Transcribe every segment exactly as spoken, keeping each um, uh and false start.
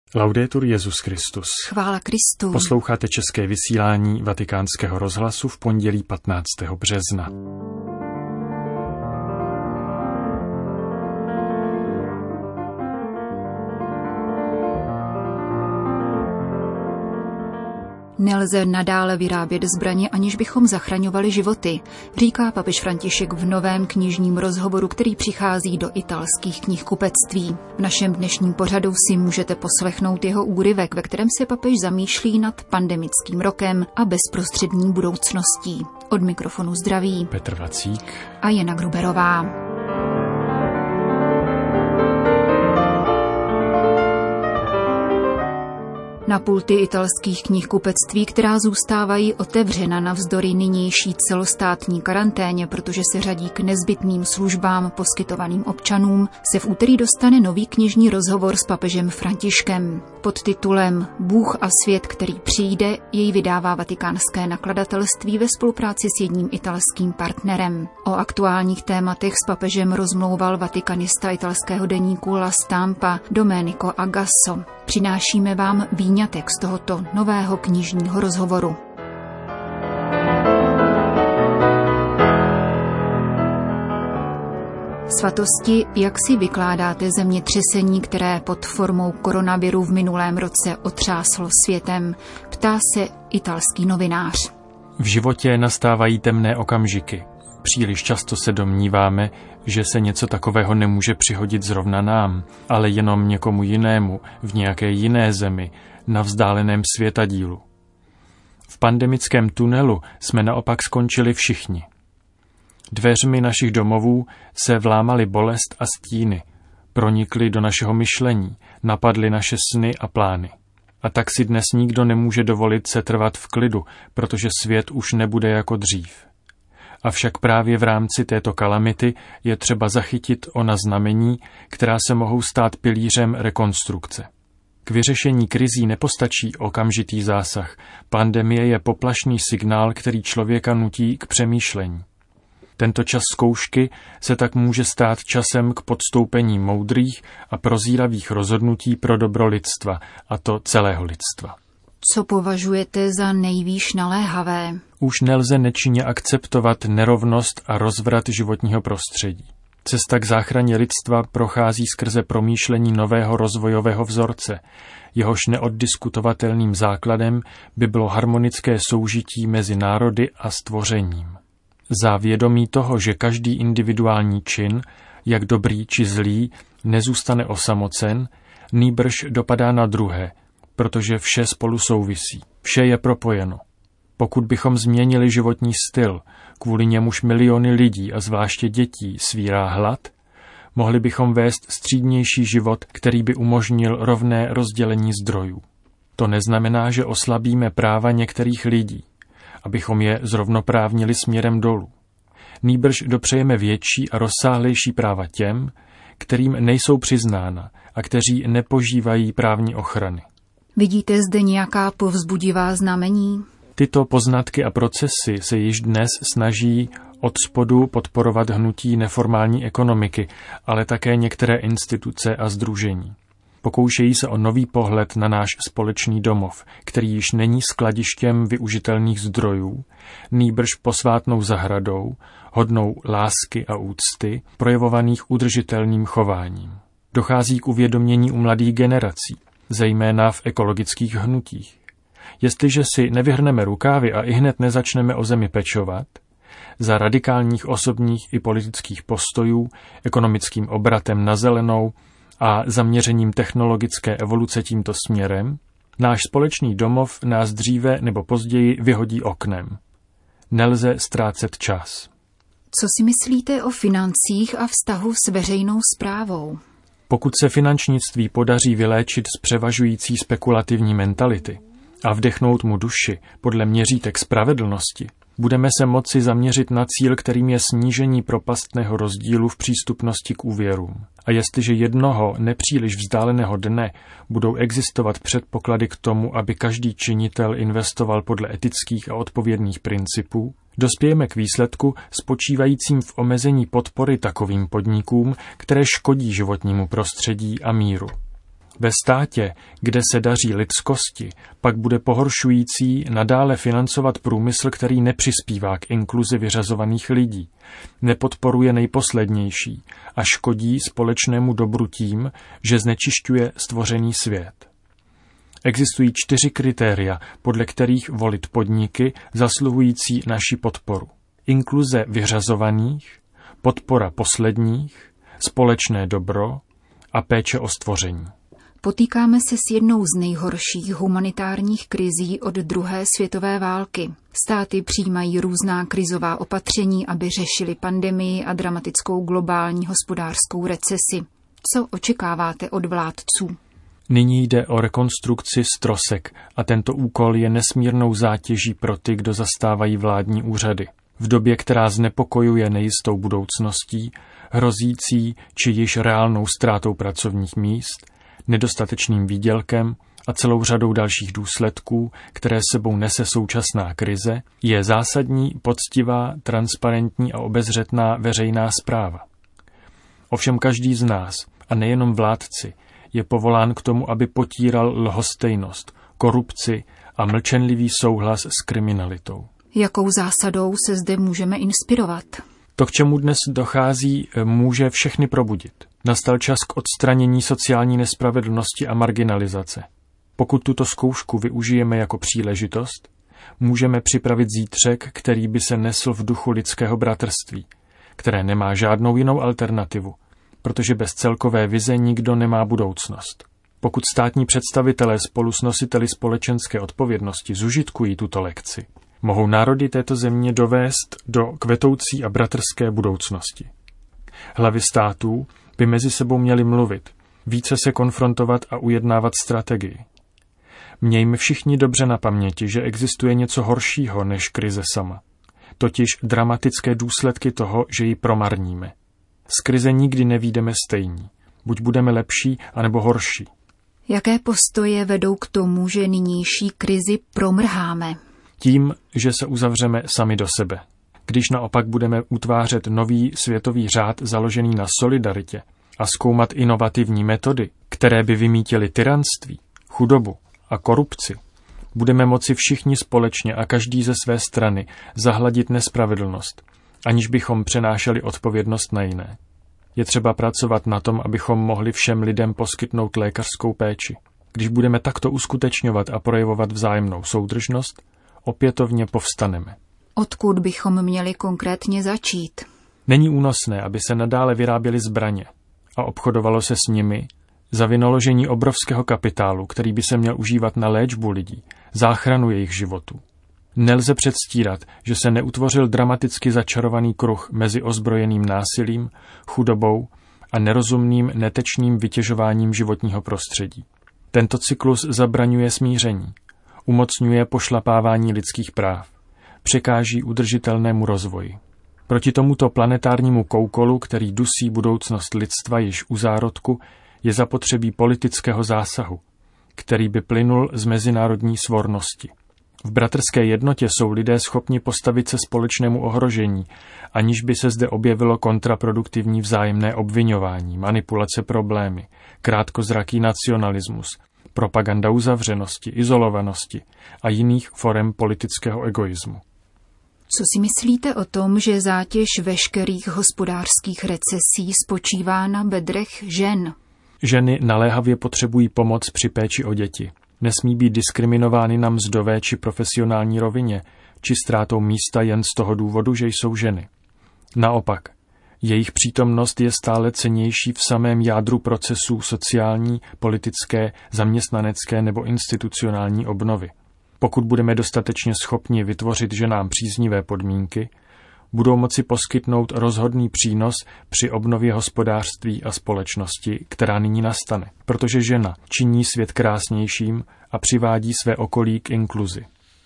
Laudetur Jesus Christus. Chvála Kristu. Posloucháte české vysílání Vatikánského rozhlasu v pondělí patnáctého března. Nelze nadále vyrábět zbraně, aniž bychom zachraňovali životy, říká papež František v novém knižním rozhovoru, který přichází do italských knihkupectví. V našem dnešním pořadu si můžete poslechnout jeho úryvek, ve kterém se papež zamýšlí nad pandemickým rokem a bezprostřední budoucností. Od mikrofonu zdraví Petr Vacík a Jana Gruberová. Na pulty italských knihkupectví, která zůstávají otevřena navzdory nynější celostátní karanténě, protože se řadí k nezbytným službám poskytovaným občanům, se v úterý dostane nový knižní rozhovor s papežem Františkem. Pod titulem Bůh a svět, který přijde, jej vydává vatikánské nakladatelství ve spolupráci s jedním italským partnerem. O aktuálních tématech s papežem rozmlouval vatikanista italského deníku La Stampa Domenico Agasso. Přinášíme vám výňatek z tohoto nového knižního rozhovoru. Svatosti, jak si vykládáte zemětřesení, které pod formou koronaviru v minulém roce otřáslo světem, ptá se italský novinář. V životě nastávají temné okamžiky. Příliš často se domníváme, že se něco takového nemůže přihodit zrovna nám, ale jenom někomu jinému, v nějaké jiné zemi, na vzdáleném světadílu. V pandemickém tunelu jsme naopak skončili všichni. Dveřmi našich domovů se vlámaly bolest a stíny, pronikly do našeho myšlení, napadly naše sny a plány. A tak si dnes nikdo nemůže dovolit se trvat v klidu, protože svět už nebude jako dřív. Avšak právě v rámci této kalamity je třeba zachytit ona znamení, která se mohou stát pilířem rekonstrukce. K vyřešení krizí nepostačí okamžitý zásah. Pandemie je poplašný signál, který člověka nutí k přemýšlení. Tento čas zkoušky se tak může stát časem k podstoupení moudrých a prozíravých rozhodnutí pro dobro lidstva, a to celého lidstva. Co považujete za nejvýš naléhavé? Už nelze nečinně akceptovat nerovnost a rozvrat životního prostředí. Cesta k záchraně lidstva prochází skrze promýšlení nového rozvojového vzorce. Jehož neoddiskutovatelným základem by bylo harmonické soužití mezi národy a stvořením. Za vědomí toho, že každý individuální čin, jak dobrý či zlý, nezůstane osamocen, nýbrž dopadá na druhé, protože vše spolu souvisí. Vše je propojeno. Pokud bychom změnili životní styl, kvůli němuž miliony lidí a zvláště dětí svírá hlad, mohli bychom vést střídnější život, který by umožnil rovné rozdělení zdrojů. To neznamená, že oslabíme práva některých lidí, abychom je zrovnoprávnili směrem dolů. Nýbrž dopřejeme větší a rozsáhlejší práva těm, kterým nejsou přiznána a kteří nepožívají právní ochrany. Vidíte zde nějaká povzbudivá znamení? Tyto poznatky a procesy se již dnes snaží od spodu podporovat hnutí neformální ekonomiky, ale také některé instituce a sdružení. Pokoušejí se o nový pohled na náš společný domov, který již není skladištěm využitelných zdrojů, nýbrž posvátnou zahradou, hodnou lásky a úcty, projevovaných udržitelným chováním. Dochází k uvědomění u mladých generací, zejména v ekologických hnutích. Jestliže si nevyhrneme rukávy a ihned nezačneme o zemi pečovat, za radikálních osobních i politických postojů, ekonomickým obratem na zelenou a zaměřením technologické evoluce tímto směrem, náš společný domov nás dříve nebo později vyhodí oknem. Nelze ztrácet čas. Co si myslíte o financích a vztahu s veřejnou správou? Pokud se finančnictví podaří vyléčit z převažující spekulativní mentality a vdechnout mu duši podle měřítek spravedlnosti, budeme se moci zaměřit na cíl, kterým je snížení propastného rozdílu v přístupnosti k úvěrům. A jestliže jednoho nepříliš vzdáleného dne budou existovat předpoklady k tomu, aby každý činitel investoval podle etických a odpovědných principů, dospějeme k výsledku spočívajícím v omezení podpory takovým podnikům, které škodí životnímu prostředí a míru. Ve státě, kde se daří lidskosti, pak bude pohoršující nadále financovat průmysl, který nepřispívá k inkluzi vyřazovaných lidí, nepodporuje nejposlednější a škodí společnému dobru tím, že znečišťuje stvořený svět. Existují čtyři kritéria, podle kterých volit podniky zasluhující naši podporu. Inkluze vyřazovaných, podpora posledních, společné dobro a péče o stvoření. Potýkáme se s jednou z nejhorších humanitárních krizí od druhé světové války. Státy přijímají různá krizová opatření, aby řešili pandemii a dramatickou globální hospodářskou recesi. Co očekáváte od vládců? Nyní jde o rekonstrukci strosek a tento úkol je nesmírnou zátěží pro ty, kdo zastávají vládní úřady. V době, která znepokojuje nejistou budoucností, hrozící či již reálnou ztrátou pracovních míst, nedostatečným výdělkem a celou řadou dalších důsledků, které sebou nese současná krize, je zásadní, poctivá, transparentní a obezřetná veřejná správa. Ovšem každý z nás, a nejenom vládci, je povolán k tomu, aby potíral lhostejnost, korupci a mlčenlivý souhlas s kriminalitou. Jakou zásadou se zde můžeme inspirovat? To, k čemu dnes dochází, může všechny probudit. Nastal čas k odstranění sociální nespravedlnosti a marginalizace. Pokud tuto zkoušku využijeme jako příležitost, můžeme připravit zítřek, který by se nesl v duchu lidského bratrství, které nemá žádnou jinou alternativu, protože bez celkové vize nikdo nemá budoucnost. Pokud státní představitelé spolu s nositeli společenské odpovědnosti zužitkují tuto lekci, mohou národy této země dovést do kvetoucí a bratrské budoucnosti. Hlavy států by mezi sebou měly mluvit, více se konfrontovat a ujednávat strategii. Mějme všichni dobře na paměti, že existuje něco horšího než krize sama, totiž dramatické důsledky toho, že ji promarníme. Z krize nikdy nevyjdeme stejní, buď budeme lepší, anebo horší. Jaké postoje vedou k tomu, že nynější krizi promrháme? Tím, že se uzavřeme sami do sebe. Když naopak budeme utvářet nový světový řád založený na solidaritě a zkoumat inovativní metody, které by vymítily tyranství, chudobu a korupci, budeme moci všichni společně a každý ze své strany zahladit nespravedlnost, aniž bychom přenášeli odpovědnost na jiné. Je třeba pracovat na tom, abychom mohli všem lidem poskytnout lékařskou péči. Když budeme takto uskutečňovat a projevovat vzájemnou soudržnost, opětovně povstaneme. Odkud bychom měli konkrétně začít? Není únosné, aby se nadále vyráběly zbraně a obchodovalo se s nimi za vynaložení obrovského kapitálu, který by se měl užívat na léčbu lidí, záchranu jejich životů. Nelze předstírat, že se neutvořil dramaticky začarovaný kruh mezi ozbrojeným násilím, chudobou a nerozumným netečným vytěžováním životního prostředí. Tento cyklus zabraňuje smíření, umocňuje pošlapávání lidských práv, překáží udržitelnému rozvoji. Proti tomuto planetárnímu koukolu, který dusí budoucnost lidstva již u zárodku, je zapotřebí politického zásahu, který by plynul z mezinárodní svornosti. V bratrské jednotě jsou lidé schopni postavit se společnému ohrožení, aniž by se zde objevilo kontraproduktivní vzájemné obviňování, manipulace problémy, krátkozraký nacionalismus, propaganda uzavřenosti, izolovanosti a jiných forem politického egoismu. Co si myslíte o tom, že zátěž veškerých hospodářských recesí spočívá na bedrech žen? Ženy naléhavě potřebují pomoc při péči o děti. Nesmí být diskriminovány na mzdové či profesionální rovině, či ztrátou místa jen z toho důvodu, že jsou ženy. Naopak, jejich přítomnost je stále cennější v samém jádru procesů sociální, politické, zaměstnanecké nebo institucionální obnovy. Pokud budeme dostatečně schopni vytvořit ženám příznivé podmínky, budou moci poskytnout rozhodný přínos při obnově hospodářství a společnosti, která nyní nastane, protože žena činí svět krásnějším a přivádí své okolí k inkluzi.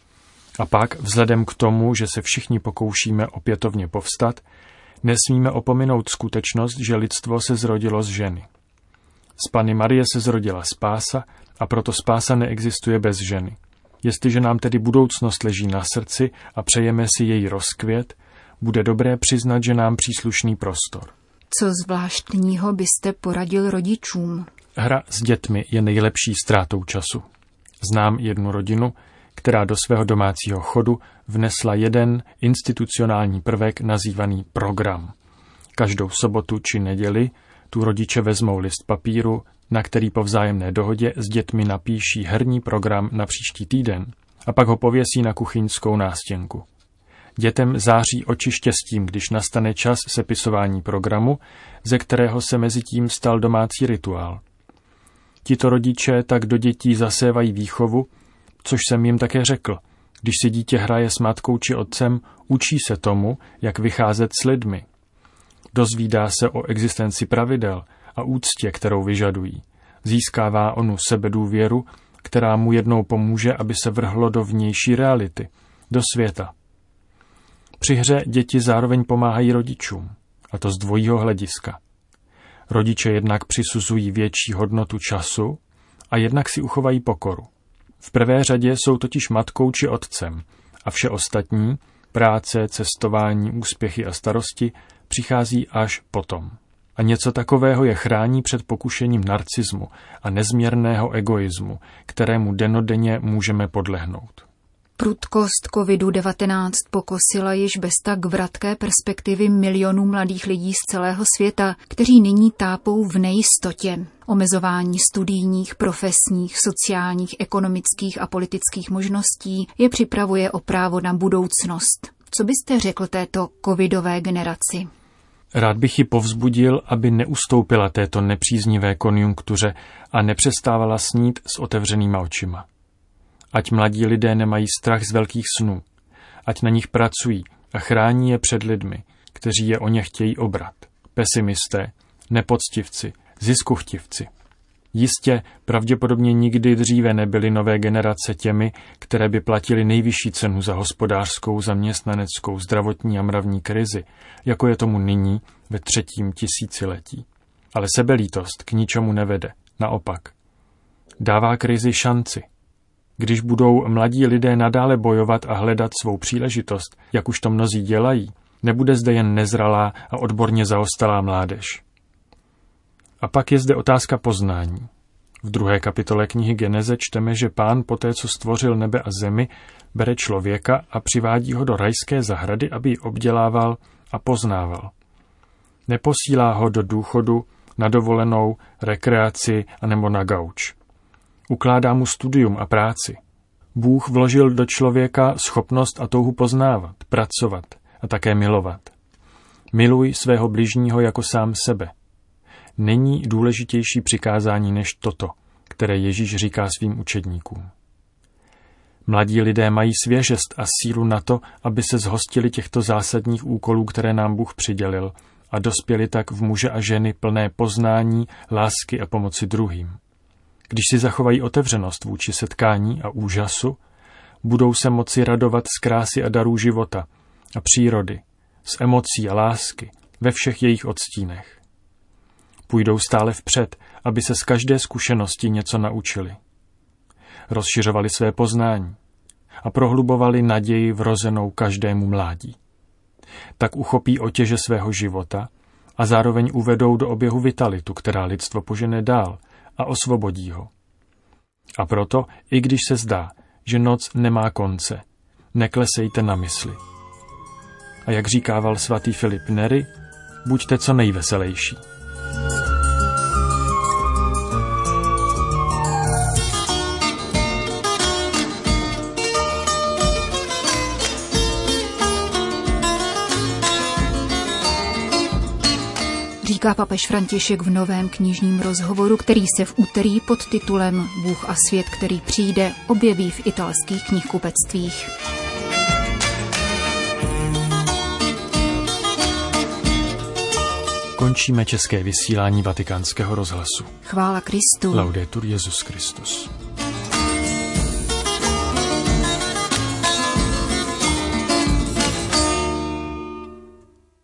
A pak, vzhledem k tomu, že se všichni pokoušíme opětovně povstat, nesmíme opominout skutečnost, že lidstvo se zrodilo z ženy. Z Panny Marie se zrodila spása a proto spása neexistuje bez ženy. Jestliže nám tedy budoucnost leží na srdci a přejeme si její rozkvět, bude dobré přiznat, že nám příslušný prostor. Co zvláštního byste poradil rodičům? Hra s dětmi je nejlepší ztrátou času. Znám jednu rodinu, která do svého domácího chodu vnesla jeden institucionální prvek nazývaný program. Každou sobotu či neděli tu rodiče vezmou list papíru, na který po vzájemné dohodě s dětmi napíší herní program na příští týden a pak ho pověsí na kuchyňskou nástěnku. Dětem září oči štěstím, když nastane čas sepisování programu, ze kterého se mezi tím stal domácí rituál. Tito rodiče tak do dětí zasévají výchovu, což jsem jim také řekl. Když si dítě hraje s matkou či otcem, učí se tomu, jak vycházet s lidmi. Dozvídá se o existenci pravidel a úctě, kterou vyžadují. Získává onu sebedůvěru, která mu jednou pomůže, aby se vrhlo do vnější reality, do světa. Při hře děti zároveň pomáhají rodičům, a to z dvojího hlediska. Rodiče jednak přisuzují větší hodnotu času a jednak si uchovají pokoru. V prvé řadě jsou totiž matkou či otcem a vše ostatní, práce, cestování, úspěchy a starosti, přichází až potom. A něco takového je chrání před pokušením narcismu a nezměrného egoismu, kterému dennodenně můžeme podlehnout. Prudkost kovidu devatenáct pokosila již bez tak vratké perspektivy milionů mladých lidí z celého světa, kteří nyní tápou v nejistotě. Omezování studijních, profesních, sociálních, ekonomických a politických možností je připravuje o právo na budoucnost. Co byste řekl této covidové generaci? Rád bych ji povzbudil, aby neustoupila této nepříznivé konjunktuře a nepřestávala snít s otevřenýma očima. Ať mladí lidé nemají strach z velkých snů, ať na nich pracují a chrání je před lidmi, kteří je o ně chtějí obrat. Pesimisté, nepoctivci, ziskuchtivci. Jistě pravděpodobně nikdy dříve nebyly nové generace těmi, které by platily nejvyšší cenu za hospodářskou, zaměstnaneckou, zdravotní a mravní krizi, jako je tomu nyní ve třetím tisíciletí. Ale sebelítost k ničemu nevede, naopak. Dává krizi šanci. Když budou mladí lidé nadále bojovat a hledat svou příležitost, jak už to mnozí dělají, nebude zde jen nezralá a odborně zaostalá mládež. A pak je zde otázka poznání. V druhé kapitole knihy Geneze čteme, že Pán poté, co stvořil nebe a zemi, bere člověka a přivádí ho do rajské zahrady, aby ji obdělával a poznával. Neposílá ho do důchodu, na dovolenou, rekreaci anebo na gauč. Ukládá mu studium a práci. Bůh vložil do člověka schopnost a touhu poznávat, pracovat a také milovat. Miluj svého bližního jako sám sebe. Není důležitější přikázání než toto, které Ježíš říká svým učedníkům. Mladí lidé mají svěžest a sílu na to, aby se zhostili těchto zásadních úkolů, které nám Bůh přidělil, a dospěli tak v muže a ženy plné poznání, lásky a pomoci druhým. Když si zachovají otevřenost vůči setkání a úžasu, budou se moci radovat z krásy a darů života a přírody, z emocí a lásky ve všech jejich odstínech. Půjdou stále vpřed, aby se z každé zkušenosti něco naučili. Rozšiřovali své poznání a prohlubovali naději vrozenou každému mládí. Tak uchopí otěže svého života a zároveň uvedou do oběhu vitalitu, která lidstvo požene dál a osvobodí ho. A proto, i když se zdá, že noc nemá konce, neklesejte na mysli. A jak říkával svatý Filip Neri, buďte co nejveselejší. Říká papež František v novém knižním rozhovoru, který se v úterý pod titulem Bůh a svět, který přijde, objeví v italských knihkupectvích. Končíme české vysílání Vatikánského rozhlasu. Chvála Kristu. Laudetur Jesus Christus.